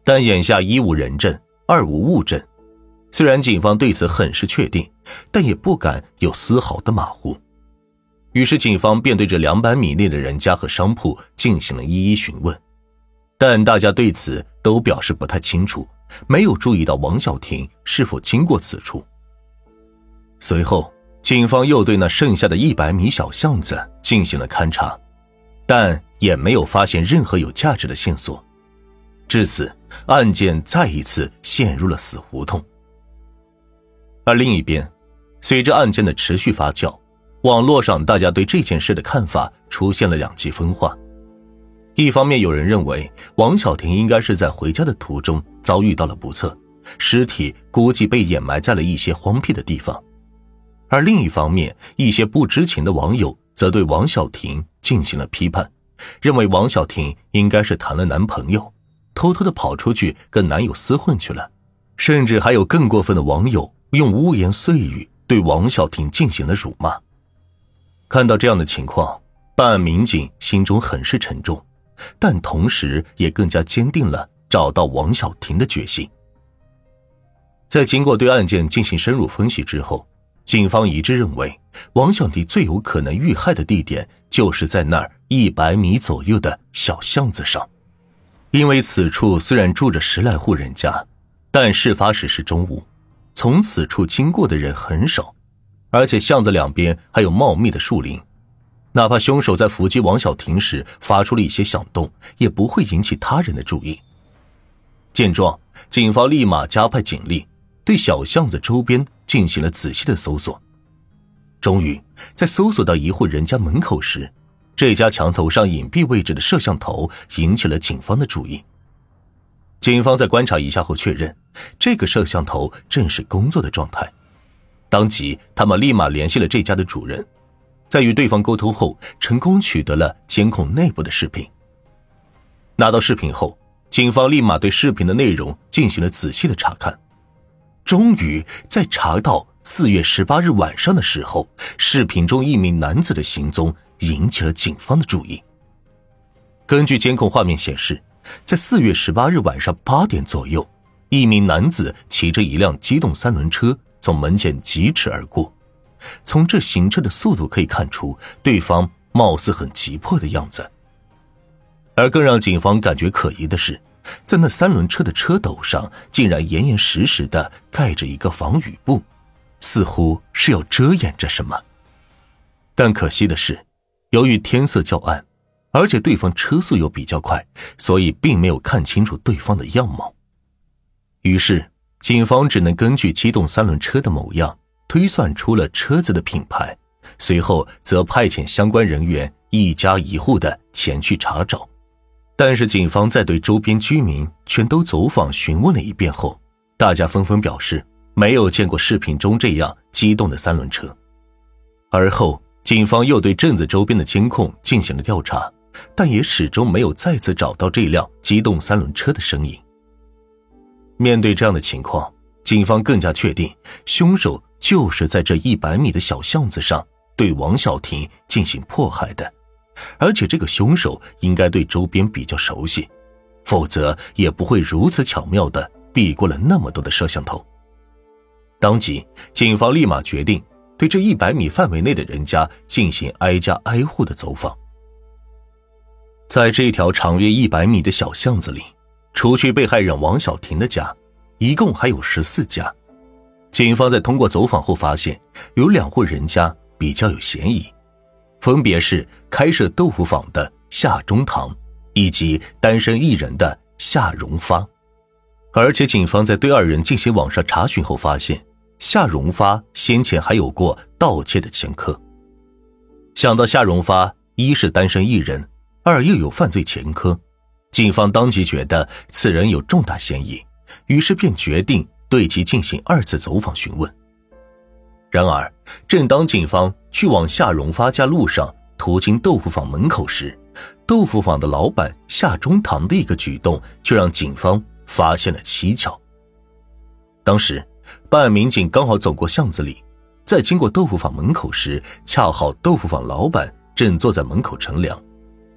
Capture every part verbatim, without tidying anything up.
但眼下一无人证，二无物证，虽然警方对此很是确定，但也不敢有丝毫的马虎。于是警方便对这两百米内的人家和商铺进行了一一询问，但大家对此都表示不太清楚，没有注意到王小婷是否经过此处。随后警方又对那剩下的一百米小巷子进行了勘察，但也没有发现任何有价值的线索。至此，案件再一次陷入了死胡同。而另一边，随着案件的持续发酵，网络上大家对这件事的看法出现了两极分化。一方面有人认为王小婷应该是在回家的途中遭遇到了不测，尸体估计被掩埋在了一些荒僻的地方。而另一方面，一些不知情的网友则对王小婷进行了批判，认为王小婷应该是谈了男朋友，偷偷的跑出去跟男友厮混去了。甚至还有更过分的网友用污言碎语对王小婷进行了辱骂。看到这样的情况，办案民警心中很是沉重，但同时也更加坚定了找到王小婷的决心。在经过对案件进行深入分析之后，警方一致认为王小婷最有可能遇害的地点就是在那儿一百米左右的小巷子上。因为此处虽然住着十来户人家，但事发时是中午，从此处经过的人很少，而且巷子两边还有茂密的树林，哪怕凶手在伏击王小婷时发出了一些响动，也不会引起他人的注意。见状，警方立马加派警力，对小巷子周边进行了仔细的搜索。终于在搜索到一户人家门口时，这家墙头上隐蔽位置的摄像头引起了警方的注意。警方在观察一下后确认，这个摄像头正是工作的状态。当即他们立马联系了这家的主人，在与对方沟通后，成功取得了监控内部的视频。拿到视频后，警方立马对视频的内容进行了仔细的查看。终于在查到四月十八日晚上的时候，视频中一名男子的行踪引起了警方的注意。根据监控画面显示，在四月十八日晚上八点左右，一名男子骑着一辆机动三轮车从门前疾驰而过。从这行车的速度可以看出，对方貌似很急迫的样子。而更让警方感觉可疑的是，在那三轮车的车斗上竟然严严实实地盖着一个防雨布，似乎是要遮掩着什么。但可惜的是，由于天色较暗，而且对方车速又比较快，所以并没有看清楚对方的样貌。于是警方只能根据机动三轮车的模样推算出了车子的品牌，随后则派遣相关人员一家一户的前去查找。但是警方在对周边居民全都走访询问了一遍后，大家纷纷表示没有见过视频中这样机动的三轮车。而后警方又对镇子周边的监控进行了调查，但也始终没有再次找到这辆机动三轮车的身影。面对这样的情况，警方更加确定凶手就是在这一百米的小巷子上对王小婷进行迫害的，而且这个凶手应该对周边比较熟悉，否则也不会如此巧妙地避过了那么多的摄像头。当即警方立马决定对这一百米范围内的人家进行挨家挨户的走访。在这条长约一百米的小巷子里，除去被害人王小婷的家，一共还有十四家。警方在通过走访后发现，有两户人家比较有嫌疑，分别是开设豆腐坊的夏中堂以及单身一人的夏荣发。而且警方在对二人进行网上查询后发现，夏荣发先前还有过盗窃的前科。想到夏荣发一是单身一人，二又有犯罪前科，警方当即觉得此人有重大嫌疑，于是便决定对其进行二次走访询问。然而正当警方去往夏荣发家路上途经豆腐坊门口时，豆腐坊的老板夏中堂的一个举动却让警方发现了蹊跷。当时办案民警刚好走过巷子里，在经过豆腐坊门口时，恰好豆腐坊老板正坐在门口乘凉。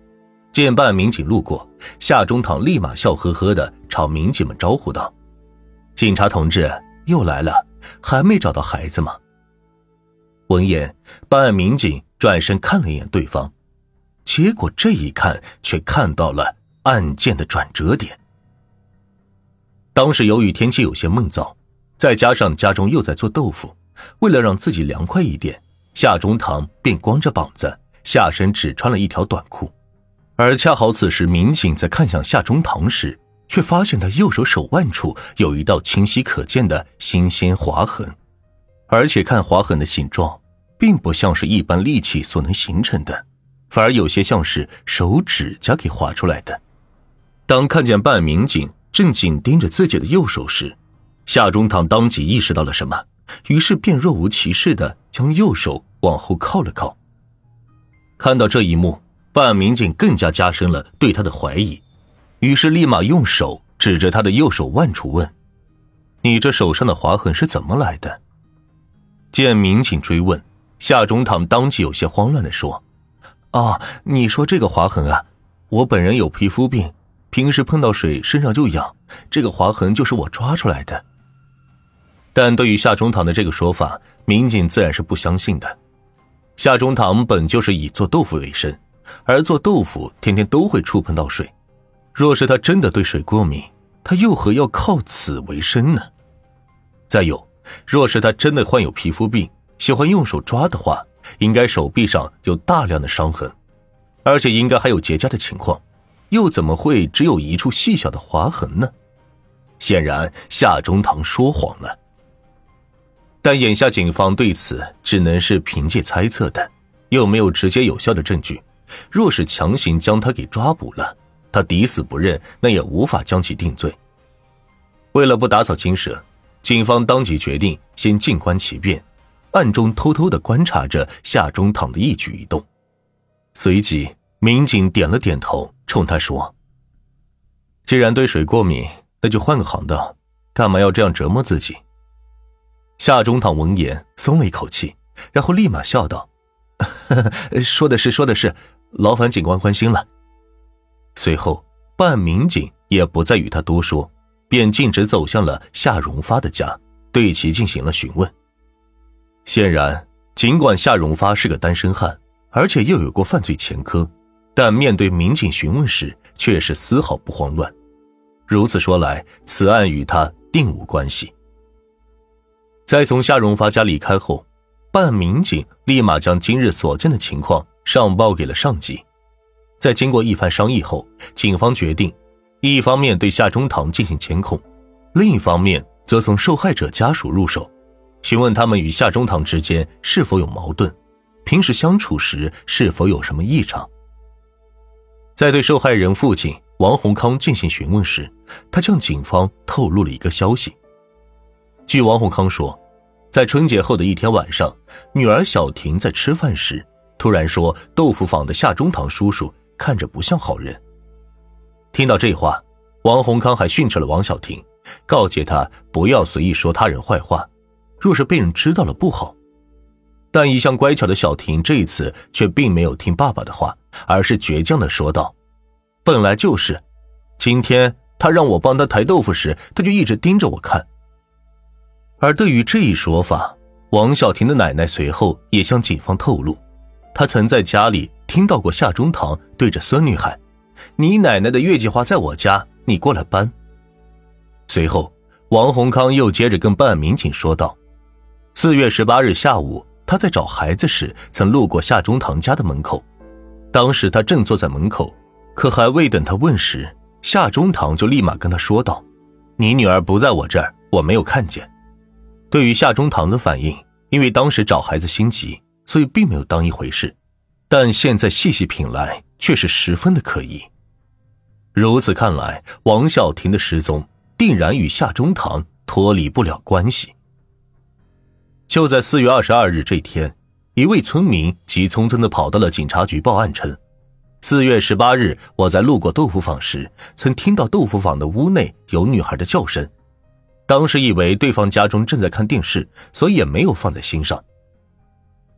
见办案民警路过，夏中堂立马笑呵呵地朝民警们招呼道：警察同志，又来了，还没找到孩子吗？闻言，办案民警转身看了一眼对方，结果这一看却看到了案件的转折点。当时由于天气有些闷燥，再加上家中又在做豆腐，为了让自己凉快一点，夏中堂便光着膀子，下身只穿了一条短裤。而恰好此时民警在看向夏中堂时，却发现他右手手腕处有一道清晰可见的新鲜划痕，而且看划痕的形状并不像是一般利器所能形成的，反而有些像是手指甲给划出来的。当看见办案民警正紧盯着自己的右手时，夏中堂当即意识到了什么，于是便若无其事地将右手往后靠了靠。看到这一幕，办案民警更加加深了对他的怀疑，于是立马用手指着他的右手腕处问：你这手上的划痕是怎么来的？见民警追问，夏中堂当即有些慌乱地说：啊，你说这个划痕啊，我本人有皮肤病，平时碰到水身上就痒，这个划痕就是我抓出来的。但对于夏中堂的这个说法，民警自然是不相信的。夏中堂本就是以做豆腐为生，而做豆腐天天都会触碰到水，若是他真的对水过敏，他又何要靠此为生呢？再有，若是他真的患有皮肤病，喜欢用手抓的话，应该手臂上有大量的伤痕，而且应该还有结痂的情况，又怎么会只有一处细小的划痕呢？显然夏中堂说谎了。但眼下警方对此只能是凭借猜测的，又没有直接有效的证据，若是强行将他给抓捕了，他抵死不认，那也无法将其定罪。为了不打草惊蛇，警方当即决定先静观其变，暗中偷偷地观察着夏中堂的一举一动。随即民警点了点头，冲他说：既然对水过敏，那就换个行当，干嘛要这样折磨自己？夏中堂闻言松了一口气，然后立马笑道：呵呵，说的是说的是，劳烦警官关心了。随后办案民警也不再与他多说，便径直走向了夏荣发的家，对其进行了询问。显然尽管夏荣发是个单身汉，而且又有过犯罪前科，但面对民警询问时却是丝毫不慌乱。如此说来，此案与他定无关系。在从夏荣发家离开后，办案民警立马将今日所见的情况上报给了上级。在经过一番商议后，警方决定一方面对夏中堂进行监控，另一方面则从受害者家属入手，询问他们与夏中堂之间是否有矛盾，平时相处时是否有什么异常。在对受害人父亲王洪康进行询问时，他向警方透露了一个消息。据王洪康说，在春节后的一天晚上，女儿小婷在吃饭时突然说豆腐坊的夏中堂叔叔看着不像好人。听到这话，王洪康还训斥了王小婷，告诫她不要随意说他人坏话，若是被人知道了不好。但一向乖巧的小婷这一次却并没有听爸爸的话，而是倔强地说道：本来就是，今天他让我帮他抬豆腐时，他就一直盯着我看。而对于这一说法，王小婷的奶奶随后也向警方透露，她曾在家里听到过夏中堂对着孙女喊：你奶奶的月季花在我家，你过来搬。随后王洪康又接着跟办案民警说道，四月十八日下午，他在找孩子时曾路过夏中堂家的门口，当时他正坐在门口，可还未等他问时，夏中堂就立马跟他说道：你女儿不在我这儿，我没有看见。对于夏中堂的反应，因为当时找孩子心急，所以并没有当一回事，但现在细细品来，却是十分的可疑。如此看来，王小婷的失踪定然与夏中堂脱离不了关系。就在四月二十二日这天，一位村民急匆匆地跑到了警察局报案称，四月十八日我在路过豆腐坊时，曾听到豆腐坊的屋内有女孩的叫声，当时以为对方家中正在看电视，所以也没有放在心上。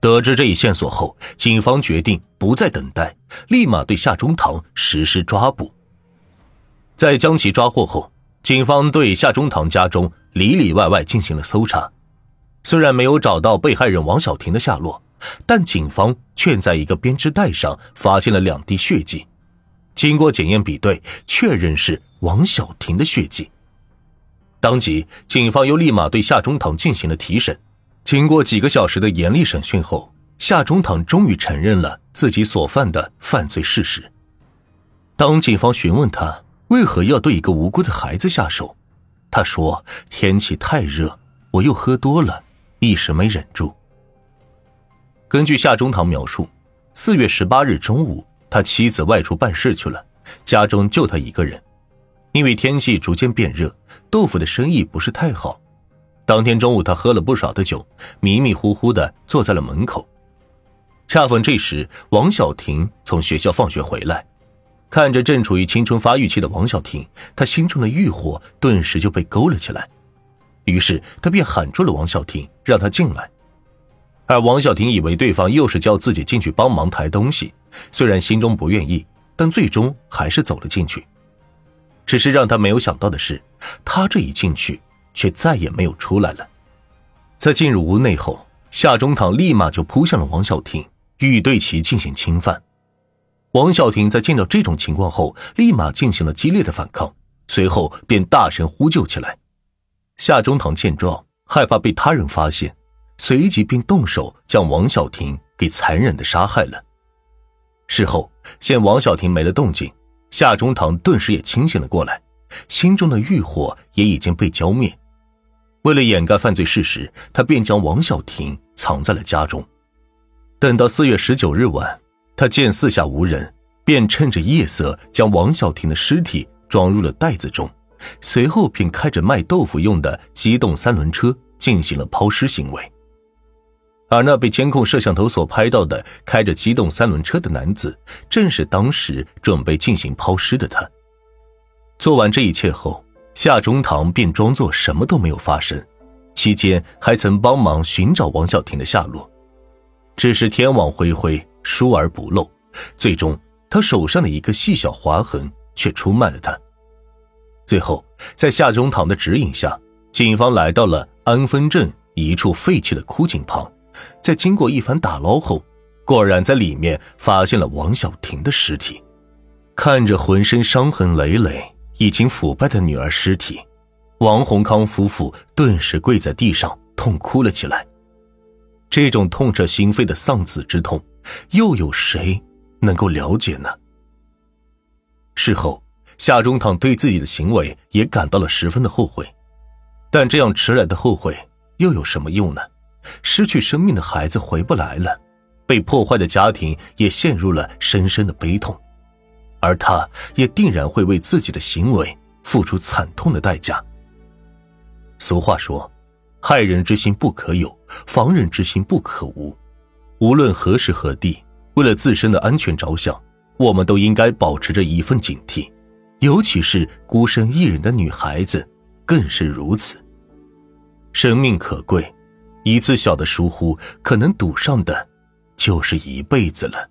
得知这一线索后，警方决定不再等待，立马对夏中堂实施抓捕。在将其抓获后，警方对夏中堂家中里里外外进行了搜查。虽然没有找到被害人王小婷的下落，但警方却在一个编织袋上发现了两滴血迹。经过检验比对，确认是王小婷的血迹。当即，警方又立马对夏中堂进行了提审。经过几个小时的严厉审讯后，夏中堂终于承认了自己所犯的犯罪事实。当警方询问他为何要对一个无辜的孩子下手，他说天气太热，我又喝多了，一时没忍住。根据夏中堂描述，四月十八日中午，他妻子外出办事去了，家中就他一个人。因为天气逐渐变热，豆腐的生意不是太好。当天中午他喝了不少的酒，迷迷糊糊地坐在了门口。恰逢这时，王小婷从学校放学回来，看着正处于青春发育期的王小婷，他心中的欲火顿时就被勾了起来。于是他便喊住了王小婷，让她进来。而王小婷以为对方又是叫自己进去帮忙抬东西，虽然心中不愿意，但最终还是走了进去。只是让他没有想到的是，他这一进去却再也没有出来了。在进入屋内后，夏中堂立马就扑向了王小婷，欲对其进行侵犯。王小婷在见到这种情况后，立马进行了激烈的反抗，随后便大声呼救起来。夏中堂见状，害怕被他人发现，随即便动手将王小婷给残忍地杀害了。事后见王小婷没了动静，夏中堂顿时也清醒了过来，心中的欲火也已经被浇灭。为了掩盖犯罪事实，他便将王小婷藏在了家中。等到四月十九日晚，他见四下无人，便趁着夜色将王小婷的尸体装入了袋子中，随后便开着卖豆腐用的机动三轮车进行了抛尸行为。而那被监控摄像头所拍到的开着机动三轮车的男子，正是当时准备进行抛尸的他。做完这一切后，夏中堂便装作什么都没有发生，期间还曾帮忙寻找王小婷的下落。只是天网恢恢，疏而不漏，最终他手上的一个细小划痕却出卖了他。最后在夏中堂的指引下，警方来到了安丰镇一处废弃的枯井旁，在经过一番打捞后，果然在里面发现了王小婷的尸体。看着浑身伤痕累累已经腐败的女儿尸体，王洪康夫妇顿时跪在地上痛哭了起来。这种痛彻心扉的丧子之痛，又有谁能够了解呢？事后夏中堂对自己的行为也感到了十分的后悔，但这样迟来的后悔又有什么用呢？失去生命的孩子回不来了，被破坏的家庭也陷入了深深的悲痛，而他也定然会为自己的行为付出惨痛的代价。俗话说，害人之心不可有，防人之心不可无。无论何时何地，为了自身的安全着想，我们都应该保持着一份警惕，尤其是孤身一人的女孩子更是如此。生命可贵，一次小的疏忽可能赌上的就是一辈子了。